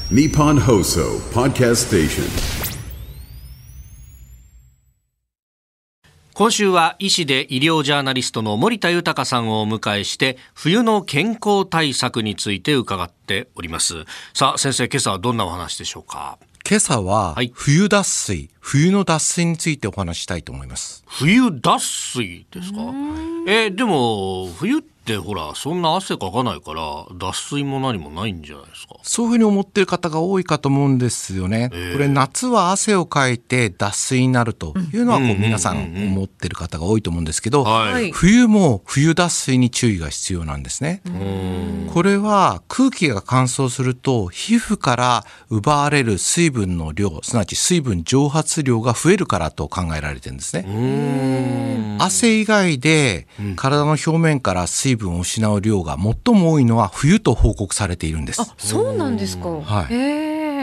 Nippon Hoso Podcast Station。 今週は医師で医療ジャーナリストの森田豊さんをお迎えして冬の健康対策について伺っております。さあ先生、今朝はどんなお話でしょうか？ 今朝は冬脱水、冬の脱水についてお話したいと思います。 冬脱水ですか？でも冬ってほらそんな汗かかないから脱水も何もないんじゃないですか？ そういうふうに思っている方が多いかと思うんですよね。これ夏は汗をかいて脱水になるというのは皆さん思っている方が多いと思うんですけど、冬も冬脱水に注意が必要なんですね。これは空気が乾燥すると皮膚から奪われる水分の量、すなわち水分蒸発量が増えるからと考えられているんですね。汗以外で体の表面から水分を失う量が最も多いのは冬と報告されているんです。 あ、そうなんですか。 はい。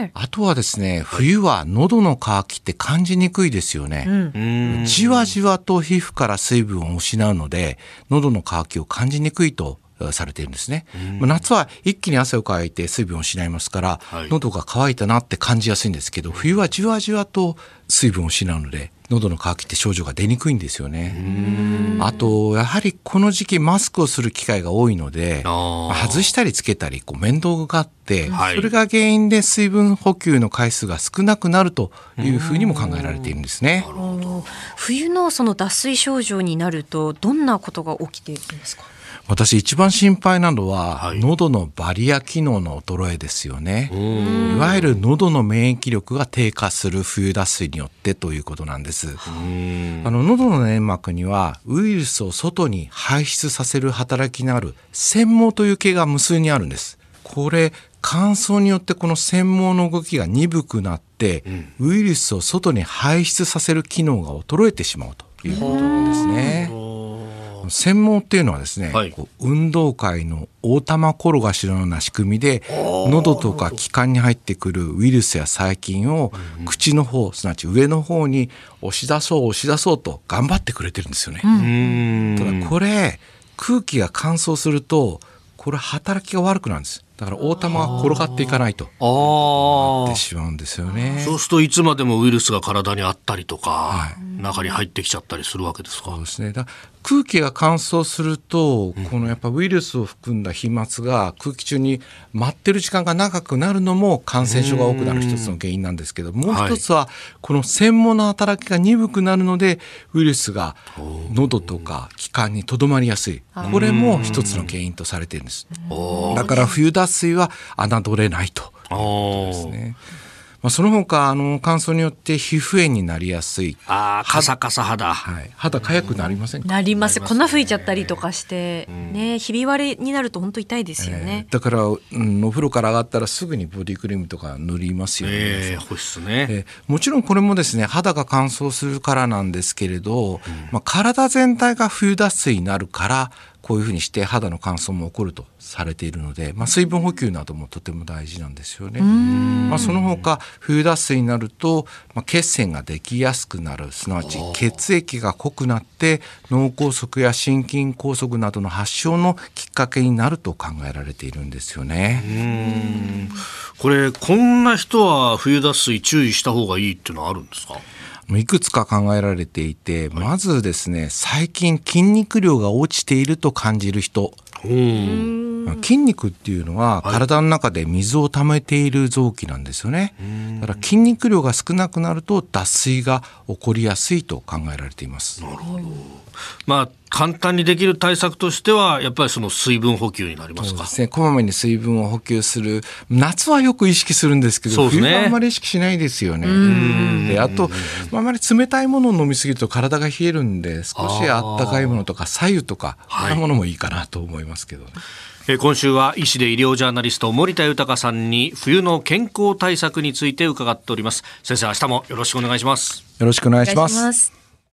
あとはですね、冬は喉の渇きって感じにくいですよね。じわじわと皮膚から水分を失うので喉の渇きを感じにくいとされているんですね。夏は一気に汗をかいて水分を失いますから、喉が渇いたなって感じやすいんですけど、冬はじわじわと水分を失うので喉の渇きって症状が出にくいんですよね。あとやはりこの時期マスクをする機会が多いので、外したりつけたり面倒があって、それが原因で水分補給の回数が少なくなるというふうにも考えられているんですね。 冬のその脱水症状になるとどんなことが起きているんですか？ 私一番心配なのは、喉のバリア機能の衰えですよね。いわゆる喉の免疫力が低下する冬脱水によってということなんです。喉の粘膜にはウイルスを外に排出させる働きのある繊毛という毛が無数にあるんです。これ乾燥によってこの繊毛の動きが鈍くなって、ウイルスを外に排出させる機能が衰えてしまうということなんですね。繊毛っていうのはですね、運動会の大玉転がしのような仕組みで喉とか気管に入ってくるウイルスや細菌を口の方、すなわち上の方に押し出そうと頑張ってくれてるんですよね。ただこれ空気が乾燥するとこれ働きが悪くなるんです。だから大玉が転がっていかないとなってしまうんですよね。 そうするといつまでもウイルスが体にあったりとか、中に入ってきちゃったりするわけですか？ そうですね。だから空気が乾燥すると、このやっぱウイルスを含んだ飛沫が空気中に待ってる時間が長くなるのも感染症が多くなる一つの原因なんですけど、もう一つはこの繊毛の働きが鈍くなるのでウイルスが喉とか気管にとどまりやすい、これも一つの原因とされているんです。だから冬脱水は侮れないということですね。その他乾燥によって皮膚炎になりやすい。 カサカサ肌、 肌かゆくなりませんか？ なります。粉吹いちゃったりとかして、ひび割れになると本当痛いですよね。 だから、お風呂から上がったらすぐにボディクリームとか塗りますよね。 保湿ね。 もちろんこれもですね、肌が乾燥するからなんですけれど、体全体が冬脱水になるからこういうふうにして肌の乾燥も起こるとされているので、水分補給などもとても大事なんですよね。その他冬脱水になると、血栓ができやすくなる、すなわち血液が濃くなって脳梗塞や心筋梗塞などの発症のきっかけになると考えられているんですよね。 こんな人は冬脱水注意した方がいいっていうのはあるんですか？ いくつか考えられていて、まずですね、最近筋肉量が落ちていると感じる人。筋肉っていうのは体の中で水を溜めている臓器なんですよね。だから筋肉量が少なくなると脱水が起こりやすいと考えられています。 なるほど。簡単にできる対策としてはやっぱりその水分補給になりますか？ そうですね、こまめに水分を補給する。夏はよく意識するんですけど、冬はあんまり意識しないですよね。で、あとあまり冷たいものを飲みすぎると体が冷えるんで、少しあったかいものとか白湯とか、そんなものもいいかなと思いますけどね。 今週は医師で医療ジャーナリスト森田豊さんに冬の健康対策について伺っております。先生、明日もよろしくお願いします。 よろしくお願いします。